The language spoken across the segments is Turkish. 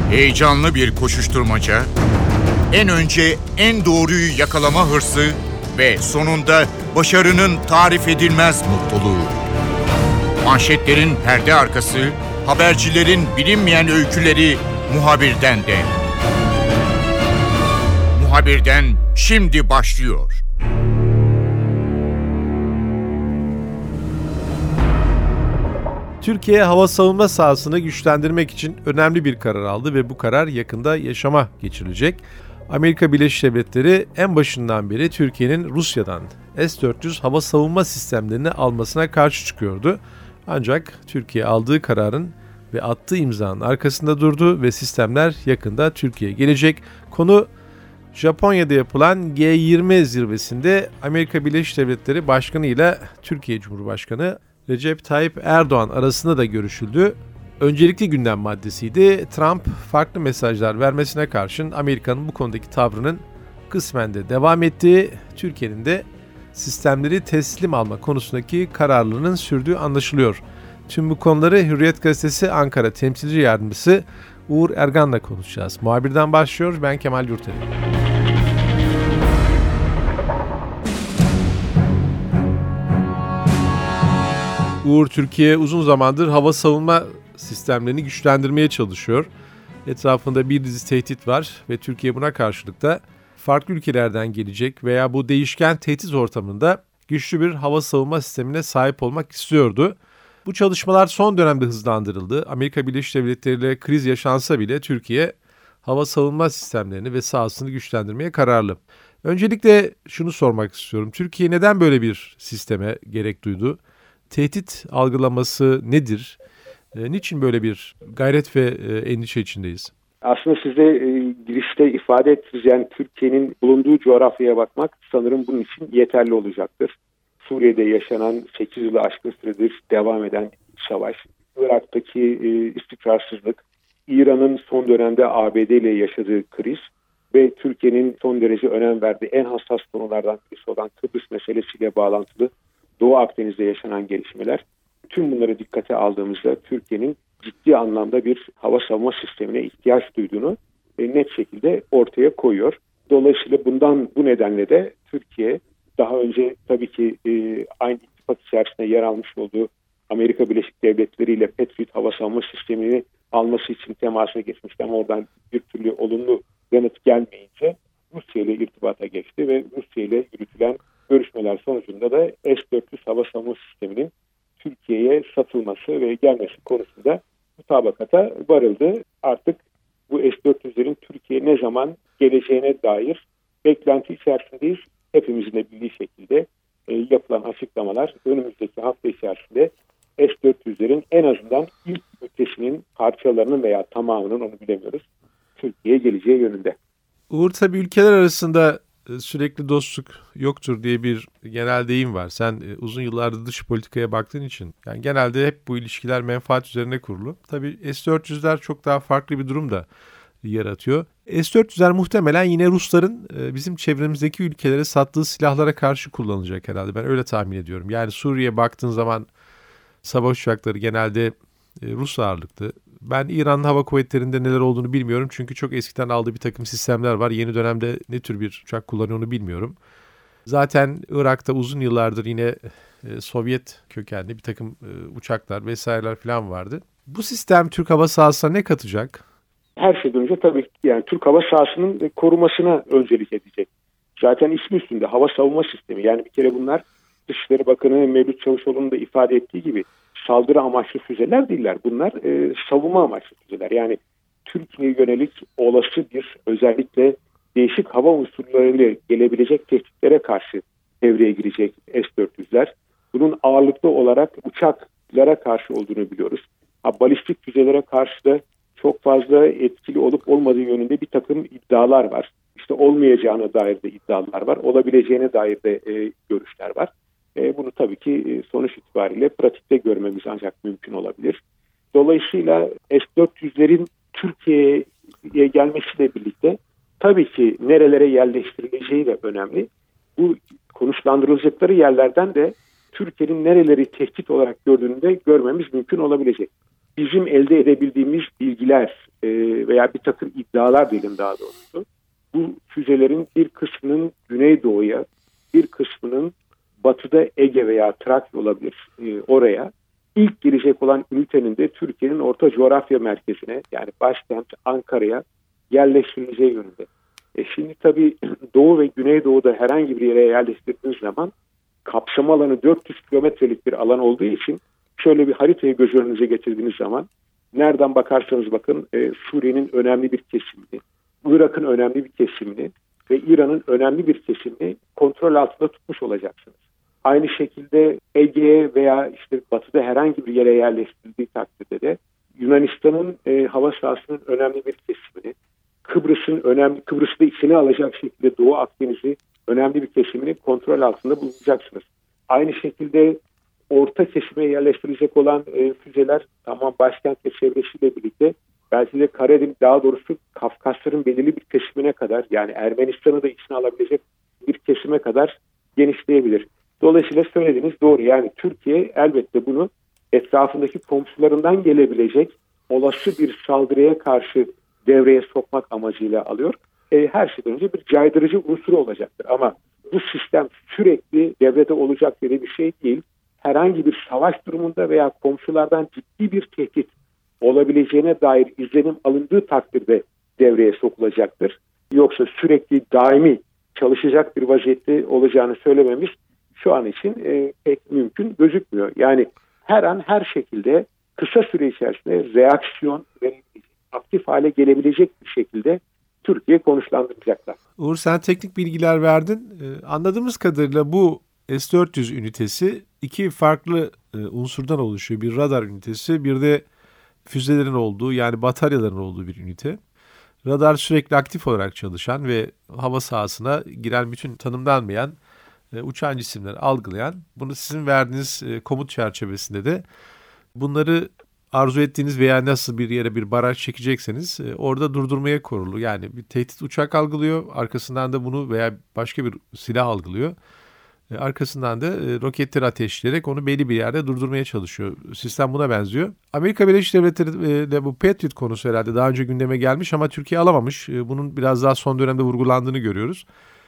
Heyecanlı bir koşuşturmaca, en önce en doğruyu yakalama hırsı ve sonunda başarının tarif edilmez mutluluğu. Manşetlerin perde arkası, habercilerin bilinmeyen öyküleri muhabirden de. Muhabirden şimdi başlıyor. Türkiye hava savunma sahasını güçlendirmek için önemli bir karar aldı ve bu karar yakında yaşama geçirilecek. Amerika Birleşik Devletleri en başından beri Türkiye'nin Rusya'dan S-400 hava savunma sistemlerini almasına karşı çıkıyordu. Ancak Türkiye aldığı kararın ve attığı imzanın arkasında durdu ve sistemler yakında Türkiye'ye gelecek. Konu Japonya'da yapılan G20 zirvesinde Amerika Birleşik Devletleri Başkanı ile Türkiye Cumhurbaşkanı Recep Tayyip Erdoğan arasında da görüşüldü. Öncelikli gündem maddesiydi. Trump farklı mesajlar vermesine karşın Amerika'nın bu konudaki tavrının kısmen de devam ettiği, Türkiye'nin de sistemleri teslim alma konusundaki kararlılığının sürdüğü anlaşılıyor. Tüm bu konuları Hürriyet Gazetesi Ankara Temsilci Yardımcısı Uğur Ergan'la konuşacağız. Muhabirden başlıyor, ben Kemal Yurteli. Uğur, Türkiye uzun zamandır hava savunma sistemlerini güçlendirmeye çalışıyor. Etrafında bir dizi tehdit var ve Türkiye buna karşılık da farklı ülkelerden gelecek veya bu değişken tehdit ortamında güçlü bir hava savunma sistemine sahip olmak istiyordu. Bu çalışmalar son dönemde hızlandırıldı. Amerika Birleşik Devletleri ile kriz yaşansa bile Türkiye hava savunma sistemlerini ve sahasını güçlendirmeye kararlı. Öncelikle şunu sormak istiyorum. Türkiye neden böyle bir sisteme gerek duydu? Tehdit algılaması nedir? Niçin böyle bir gayret ve endişe içindeyiz? Aslında siz de girişte ifade ettiniz. Yani Türkiye'nin bulunduğu coğrafyaya bakmak sanırım bunun için yeterli olacaktır. Suriye'de yaşanan 8 yılı aşkın süredir devam eden savaş, Irak'taki istikrarsızlık, İran'ın son dönemde ABD ile yaşadığı kriz ve Türkiye'nin son derece önem verdiği en hassas konulardan birisi olan Kıbrıs meselesiyle bağlantılı Doğu Akdeniz'de yaşanan gelişmeler, tüm bunları dikkate aldığımızda Türkiye'nin ciddi anlamda bir hava savunma sistemine ihtiyaç duyduğunu net şekilde ortaya koyuyor. Dolayısıyla bu nedenle de Türkiye daha önce tabii ki aynı ittifak içerisinde yer almış olduğu Amerika Birleşik Devletleri ile Patriot hava savunma sistemini alması için temasa geçmişti ama oradan bir türlü olumlu yanıt gelmeyince Rusya ile irtibata geçti ve Rusya ile yürütülen görüşmeler sonucunda da S-400 hava savunma sisteminin Türkiye'ye satılması ve gelmesi konusunda mutabakata varıldı. Artık bu S-400'lerin Türkiye'ye ne zaman geleceğine dair beklenti içerisindeyiz. Hepimizin de bildiği şekilde yapılan açıklamalar önümüzdeki hafta içerisinde S-400'lerin en azından ilk ünitesinin parçalarının veya tamamının, onu bilemiyoruz, Türkiye'ye geleceği yönünde. Uğur, tabii ülkeler arasında sürekli dostluk yoktur diye bir genel deyim var. Sen uzun yıllardır dış politikaya baktığın için yani genelde hep bu ilişkiler menfaat üzerine kurulu. Tabii S-400'ler çok daha farklı bir durum da yaratıyor. S-400'ler muhtemelen yine Rusların bizim çevremizdeki ülkelere sattığı silahlara karşı kullanılacak herhalde. Ben öyle tahmin ediyorum. Yani Suriye'ye baktığın zaman savaş uçakları genelde Rus ağırlıklı. Ben İran Hava Kuvvetleri'nde neler olduğunu bilmiyorum. Çünkü çok eskiden aldığı bir takım sistemler var. Yeni dönemde ne tür bir uçak kullanıyor onu bilmiyorum. Zaten Irak'ta uzun yıllardır yine Sovyet kökenli bir takım uçaklar vesaireler falan vardı. Bu sistem Türk hava sahasına ne katacak? Her şeyden önce tabii yani Türk hava sahasının korumasına öncelik edecek. Zaten ismi üstünde hava savunma sistemi. Yani bir kere bunlar Dışişleri Bakanı Mevlüt Çavuşoğlu'nun da ifade ettiği gibi saldırı amaçlı füzeler değiller. Bunlar savunma amaçlı füzeler. Yani Türkiye'ye yönelik olası bir özellikle değişik hava unsurlarıyla gelebilecek tehditlere karşı devreye girecek S-400'ler. Bunun ağırlıklı olarak uçaklara karşı olduğunu biliyoruz. Balistik füzelere karşı da çok fazla etkili olup olmadığı yönünde bir takım iddialar var. İşte olmayacağına dair de iddialar var. Olabileceğine dair de görüşler var. Bunu tabii ki sonuç itibariyle pratikte görmemiz ancak mümkün olabilir. Dolayısıyla S-400'lerin Türkiye'ye gelmesiyle birlikte tabii ki nerelere yerleştirileceği de önemli. Bu konuşlandırılacakları yerlerden de Türkiye'nin nereleri tehdit olarak gördüğünü de görmemiz mümkün olabilecek. bizim elde edebildiğimiz bilgiler veya bir takım iddialar diyelim daha doğrusu, bu füzelerin bir kısmının Güneydoğu'ya, bir kısmının batıda Ege veya Trakya olabilir oraya, ilk girecek olan ünitenin de Türkiye'nin orta coğrafya merkezine, yani başkent Ankara'ya yerleştirileceği yönünde. Şimdi tabii Doğu ve Güneydoğu'da herhangi bir yere yerleştirdiğiniz zaman kapsam alanı 400 kilometrelik bir alan olduğu için şöyle bir haritayı göz önünüze getirdiğiniz zaman nereden bakarsanız bakın Suriye'nin önemli bir kesimini, Irak'ın önemli bir kesimini ve İran'ın önemli bir kesimini kontrol altında tutmuş olacaksınız. Aynı şekilde Ege'ye veya işte batıda herhangi bir yere yerleştirildiği takdirde de Yunanistan'ın hava sahasının önemli bir kesimini, Kıbrıs'ı da içine alacak şekilde Doğu Akdeniz'i önemli bir kesimini kontrol altında bulacaksınız. Aynı şekilde orta kesime yerleştirilecek olan füzeler tamam başkent ve çevresiyle birlikte belki de Karadeniz, daha doğrusu Kafkasların belirli bir kesimine kadar, yani Ermenistan'ı da içine alabilecek bir kesime kadar genişleyebilir. Dolayısıyla söylediğiniz doğru. Yani Türkiye elbette bunu etrafındaki komşularından gelebilecek olası bir saldırıya karşı devreye sokmak amacıyla alıyor. Her şeyden önce bir caydırıcı unsuru olacaktır. Ama bu sistem sürekli devrede olacak diye bir şey değil. Herhangi bir savaş durumunda veya komşulardan ciddi bir tehdit olabileceğine dair izlenim alındığı takdirde devreye sokulacaktır. Yoksa sürekli daimi çalışacak bir vaziyette olacağını söylememiz şu an için pek mümkün gözükmüyor. Yani her an her şekilde kısa süre içerisinde reaksiyon verebilecek, aktif hale gelebilecek bir şekilde Türkiye konuşlandıracaklar. Uğur, sen teknik bilgiler verdin. Anladığımız kadarıyla bu S-400 ünitesi iki farklı unsurdan oluşuyor. Bir radar ünitesi, bir de füzelerin olduğu, yani bataryaların olduğu bir ünite. Radar sürekli aktif olarak çalışan ve hava sahasına giren bütün tanımlanmayan uçan cisimleri algılayan, bunu sizin verdiğiniz komut çerçevesinde de bunları arzu ettiğiniz veya nasıl bir yere bir baraj çekecekseniz orada durdurmaya kurulu. Yani bir tehdit uçak algılıyor, arkasından da bunu veya başka bir silah algılıyor. Arkasından da roketleri ateşleyerek onu belli bir yerde durdurmaya çalışıyor. Sistem buna benziyor. Amerika Birleşik Devletleri de bu Patriot konusu herhalde daha önce gündeme gelmiş ama Türkiye alamamış. Bunun biraz daha son dönemde vurgulandığını görüyoruz.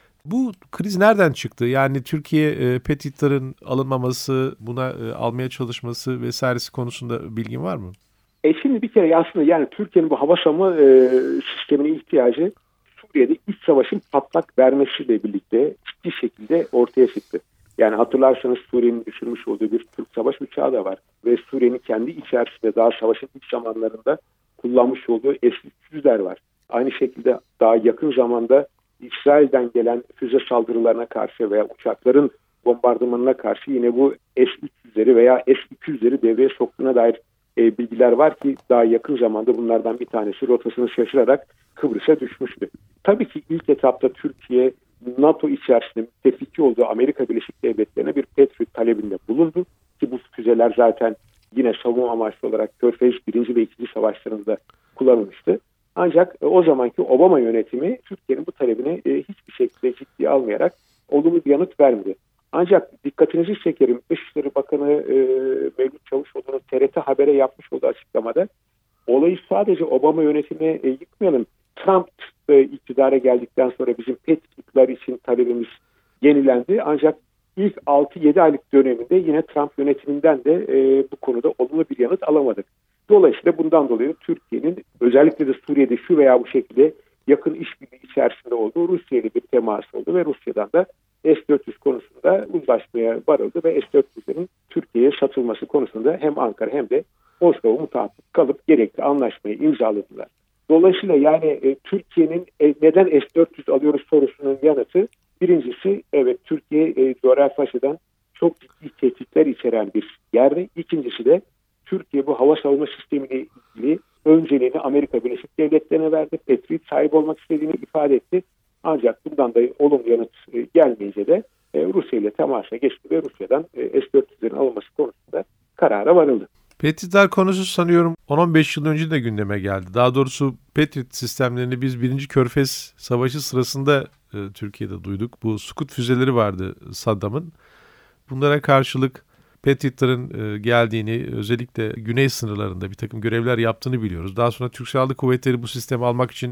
Bu kriz nereden çıktı? Yani Türkiye Patriot'ların alınmaması, buna almaya çalışması vesairesi konusunda bilgin var mı? Şimdi bir kere aslında yani Türkiye'nin bu hava savunma sistemine ihtiyacı Suriye'de iç savaşın patlak vermesiyle birlikte ciddi şekilde ortaya çıktı. Yani hatırlarsanız Suriye'nin düşürmüş olduğu bir Türk savaş uçağı da var. Ve Suriye'nin kendi içerisinde daha savaşın ilk zamanlarında kullanmış olduğu S-300'ler var. Aynı şekilde daha yakın zamanda İsrail'den gelen füze saldırılarına karşı veya uçakların bombardımanına karşı yine bu S-300'leri veya S-200'leri devreye soktuğuna dair bilgiler var ki daha yakın zamanda bunlardan bir tanesi rotasını şaşırarak Kıbrıs'a düşmüştü. Tabii ki ilk etapta Türkiye NATO içerisinde müttefiki olduğu Amerika Birleşik Devletleri'ne bir Patriot talebinde bulundu ki bu füzeler zaten yine savunma amaçlı olarak Körfez 1. ve 2. savaşlarında kullanılmıştı. Ancak o zamanki Obama yönetimi Türkiye'nin bu talebine hiçbir şekilde ciddiye almayarak olumlu bir yanıt vermedi. Ancak dikkatinizi çekerim, Dışişleri Bakanı Mevlüt Çavuşoğlu'nun TRT Haber'e yapmış olduğu açıklamada olayı sadece Obama yönetimine yıkmayalım. Trump iktidara geldikten sonra bizim Patriot'lar için talebimiz yenilendi. Ancak ilk 6-7 aylık döneminde yine Trump yönetiminden de bu konuda olumlu bir yanıt alamadık. Dolayısıyla bundan dolayı Türkiye'nin özellikle de Suriye'de şu veya bu şekilde yakın işbirliği içerisinde olduğu Rusya'yla bir temas oldu ve Rusya'dan da S-400 konusunda uzlaşmaya varıldı ve S-400'lerin Türkiye'ye satılması konusunda hem Ankara hem de Moskova mutabık kalıp gerekli anlaşmayı imzaladılar. Dolayısıyla yani Türkiye'nin neden S-400 alıyoruz sorusunun yanıtı, birincisi evet Türkiye coğrafi açıdan çok ciddi tehditler içeren bir yerde. İkincisi de Türkiye bu hava savunma sistemiyle ilgili önceliğini Amerika Birleşik Devletleri'ne verdi. Patriot sahip olmak istediğini ifade etti. Ancak bundan da olumlu yanıt gelmeyince de Rusya ile temasa geçti ve Rusya'dan S-400'lerin alınması konusunda karara varıldı. Patriot'lar konusu sanıyorum 10-15 yıl önce de gündeme geldi. Daha doğrusu Patriot sistemlerini biz 1. Körfez Savaşı sırasında Türkiye'de duyduk. Bu Sukut füzeleri vardı Saddam'ın. Bunlara karşılık Patriot'ların geldiğini, özellikle güney sınırlarında bir takım görevler yaptığını biliyoruz. Daha sonra Türk Silahlı Kuvvetleri bu sistemi almak için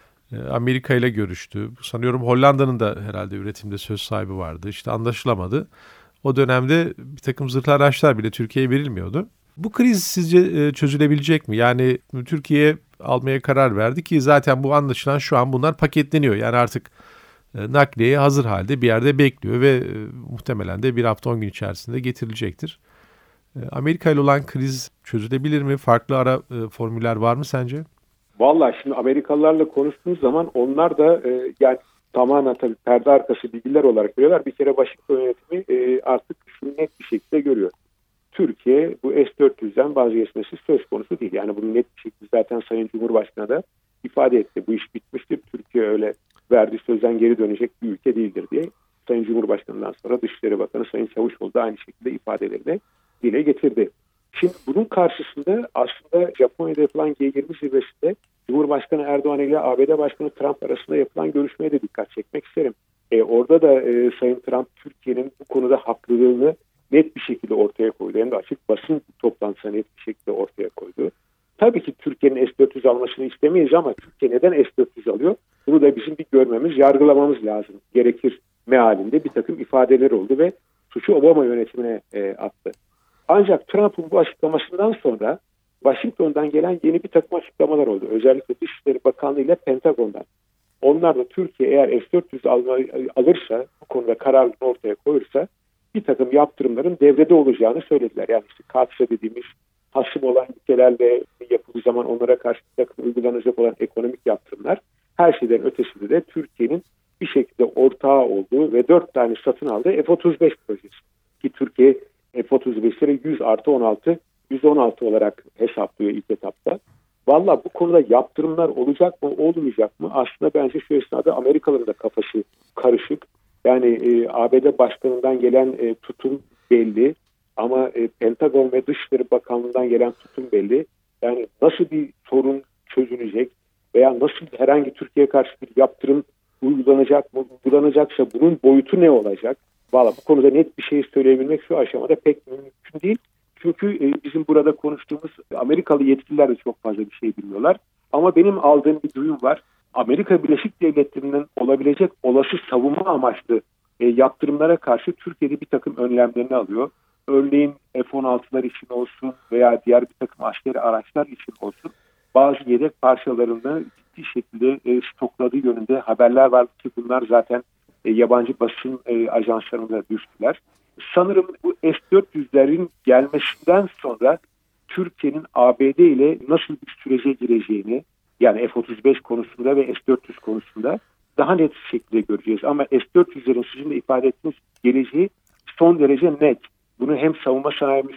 Amerika ile görüştü. Sanıyorum Hollanda'nın da herhalde üretimde söz sahibi vardı. İşte anlaşılamadı. O dönemde bir takım zırhlı araçlar bile Türkiye'ye verilmiyordu. Bu kriz sizce çözülebilecek mi? Yani Türkiye almaya karar verdi ki zaten bu anlaşılan şu an bunlar paketleniyor. Yani artık nakliyeye hazır halde bir yerde bekliyor ve muhtemelen de bir hafta 10 gün içerisinde getirilecektir. Amerika ile olan kriz çözülebilir mi? Farklı ara formüller var mı sence? Vallahi şimdi Amerikalılarla konuştuğumuz zaman onlar da yani tamamen tabii perde arkası bilgiler olarak görüyorlar. Bir kere Washington yönetimi artık şunu net bir şekilde görüyor. Türkiye bu S-400'den vazgeçmesi söz konusu değil. Yani bunu net bir şekilde zaten Sayın Cumhurbaşkanı da ifade etti. Bu iş bitmiştir. Türkiye öyle verdiği sözden geri dönecek bir ülke değildir diye. Sayın Cumhurbaşkanı'ndan sonra Dışişleri Bakanı Sayın Çavuşoğlu da aynı şekilde ifadelerini dile getirdi. Şimdi bunun karşısında aslında Japonya'da yapılan G20 zirvesinde Cumhurbaşkanı Erdoğan ile ABD Başkanı Trump arasında yapılan görüşmeye de dikkat çekmek isterim. Orada da Sayın Trump Türkiye'nin bu konuda haklılığını net bir şekilde ortaya koydu. Hem de açık basın toplantısına net bir şekilde ortaya koydu. Tabii ki Türkiye'nin S-400 almasını istemeyiz ama Türkiye neden S-400 alıyor? Bunu da bizim bir görmemiz, yargılamamız lazım. Gerekir mealinde bir takım ifadeler oldu ve suçu Obama yönetimine attı. Ancak Trump'ın bu açıklamasından sonra Washington'dan gelen yeni bir takım açıklamalar oldu. Özellikle Dışişleri Bakanlığı ile Pentagon'dan. Onlar da Türkiye eğer S-400 alırsa, bu konuda kararını ortaya koyursa bir takım yaptırımların devrede olacağını söylediler. Yani işte KATSA dediğimiz hasım olan ülkelerle yapıldığı zaman onlara karşı bir takım uygulanacak olan ekonomik yaptırımlar, her şeyden ötesinde de Türkiye'nin bir şekilde ortağı olduğu ve 4 tane satın aldığı F-35 projesi. Ki Türkiye F-35'leri 100+16, 116 olarak hesaplıyor ilk etapta. Valla bu konuda yaptırımlar olacak mı, olmayacak mı? Aslında bence şu esnada Amerikalıların da kafası karışık. Yani ABD Başkanı'ndan gelen tutum belli ama Pentagon ve Dışişleri Bakanlığı'ndan gelen tutum belli. Yani nasıl bir sorun çözülecek veya nasıl herhangi Türkiye'ye karşı bir yaptırım uygulanacak mı? Uygulanacaksa bunun boyutu ne olacak? Valla bu konuda net bir şey söyleyebilmek şu aşamada pek mümkün değil. Çünkü bizim burada konuştuğumuz Amerikalı yetkililer de çok fazla bir şey bilmiyorlar. Ama benim aldığım bir duyum var. Amerika Birleşik Devletleri'nin olabilecek olası savunma amaçlı yaptırımlara karşı Türkiye'de bir takım önlemlerini alıyor. Örneğin F-16'lar için olsun veya diğer bir takım askeri araçlar için olsun bazı yedek parçalarını ciddi şekilde stokladığı yönünde haberler var ki bunlar zaten yabancı basın ajanslarına düştüler. Sanırım bu S-400'lerin gelmesinden sonra Türkiye'nin ABD ile nasıl bir sürece gireceğini, yani F-35 konusunda ve S-400 konusunda daha net bir şekilde göreceğiz. Ama S-400'lerin sizin de ifade ettiğiniz geleceği son derece net. Bunu hem Savunma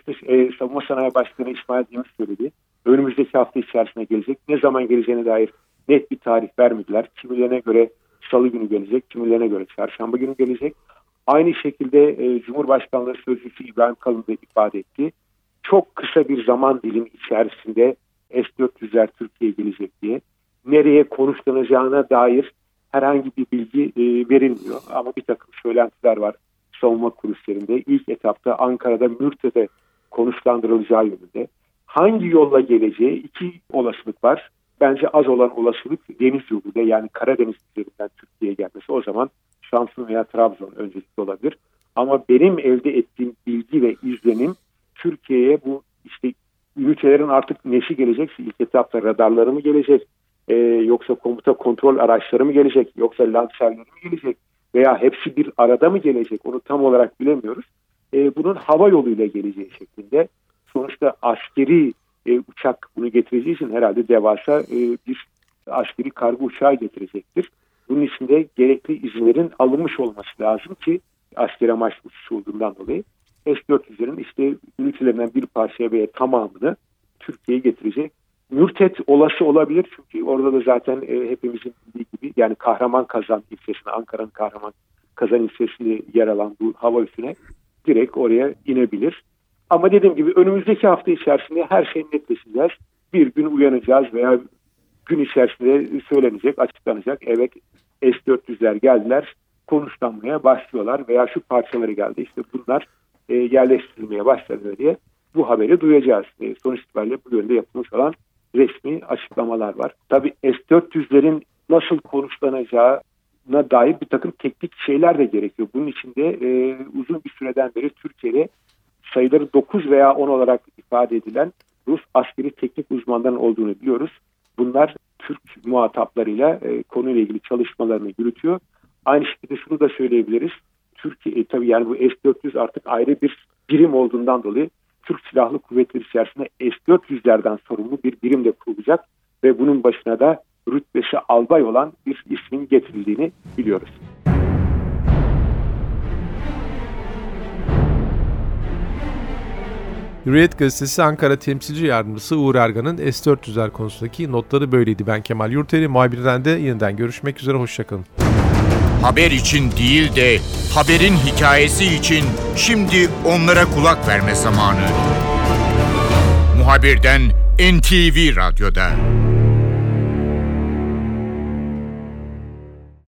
Sanayi Başkanı İsmail Demir söyledi. Önümüzdeki hafta içerisinde gelecek. Ne zaman geleceğine dair net bir tarih vermediler. Kimilerine göre Salı günü gelecek, kimilerine göre Çarşamba günü gelecek. Aynı şekilde Cumhurbaşkanlığı Sözcüsü İbrahim Kalın da ifade etti. Çok kısa bir zaman dilimi içerisinde S-400'ler Türkiye'ye gelecek diye. Nereye konuşlanacağına dair herhangi bir bilgi verilmiyor. Ama bir takım söylentiler var savunma kulislerinde. İlk etapta Ankara'da Mürte'de konuşlandırılacağı yönünde. Hangi yolla geleceği iki olasılık var. Bence az olan olasılık deniz yoluyla, yani Karadeniz üzerinden Türkiye'ye gelmesi. O zaman Samsun veya Trabzon öncelikli olabilir. Ama benim elde ettiğim bilgi ve izlenim Türkiye'ye bu işte ünitelerin artık nesi gelecekse ilk etapta radarları mı gelecek, yoksa komuta kontrol araçları mı gelecek, yoksa lanserleri mi gelecek veya hepsi bir arada mı gelecek, onu tam olarak bilemiyoruz. Bunun hava yoluyla geleceği şeklinde. Sonuçta askeri uçak bunu getireceği için herhalde devasa bir askeri kargo uçağı getirecektir. Bunun için de gerekli izinlerin alınmış olması lazım ki askeri amaçlı uçuş olduğundan dolayı S-400'lerin işte ünitelerinden bir parçaya veya tamamını Türkiye'ye getirecek. Mürtet olası olabilir çünkü orada da zaten hepimizin bildiği gibi, yani Kahramanmaraş ilçesine, Ankara'nın Kahramanmaraş ilçesinde yer alan bu hava üssüne direkt oraya inebilir. Ama dediğim gibi önümüzdeki hafta içerisinde her şeyi netleşeceğiz. Bir gün uyanacağız veya gün içerisinde söylenecek, açıklanacak. Evet, S-400'ler geldiler, konuşlanmaya başlıyorlar veya şu parçaları geldi. İşte bunlar yerleştirilmeye başladı diye bu haberi duyacağız. Sonuç itibariyle bu yönde yapılmış olan resmi açıklamalar var. Tabii S-400'lerin nasıl konuşlanacağına dair bir takım teknik şeyler de gerekiyor. Bunun için de uzun bir süreden beri Türkiye'de sayıları 9 veya 10 olarak ifade edilen Rus askeri teknik uzmanların olduğunu biliyoruz. Bunlar Türk muhataplarıyla konuyla ilgili çalışmalarını yürütüyor. Aynı şekilde şunu da söyleyebiliriz. Türkiye tabii yani bu S-400 artık ayrı bir birim olduğundan dolayı Türk Silahlı Kuvvetleri içerisinde S-400'lerden sorumlu bir birim de kurulacak ve bunun başına da rütbesi albay olan bir ismin getirildiğini biliyoruz. Hürriyet Gazetesi Ankara Temsilci Yardımcısı Uğur Ergan'ın S-400'ler konusundaki notları böyleydi. Ben Kemal Yurteri, muhabirden de yeniden görüşmek üzere, hoşçakalın. Haber için değil de haberin hikayesi için şimdi onlara kulak verme zamanı. Muhabirden NTV Radyo'da.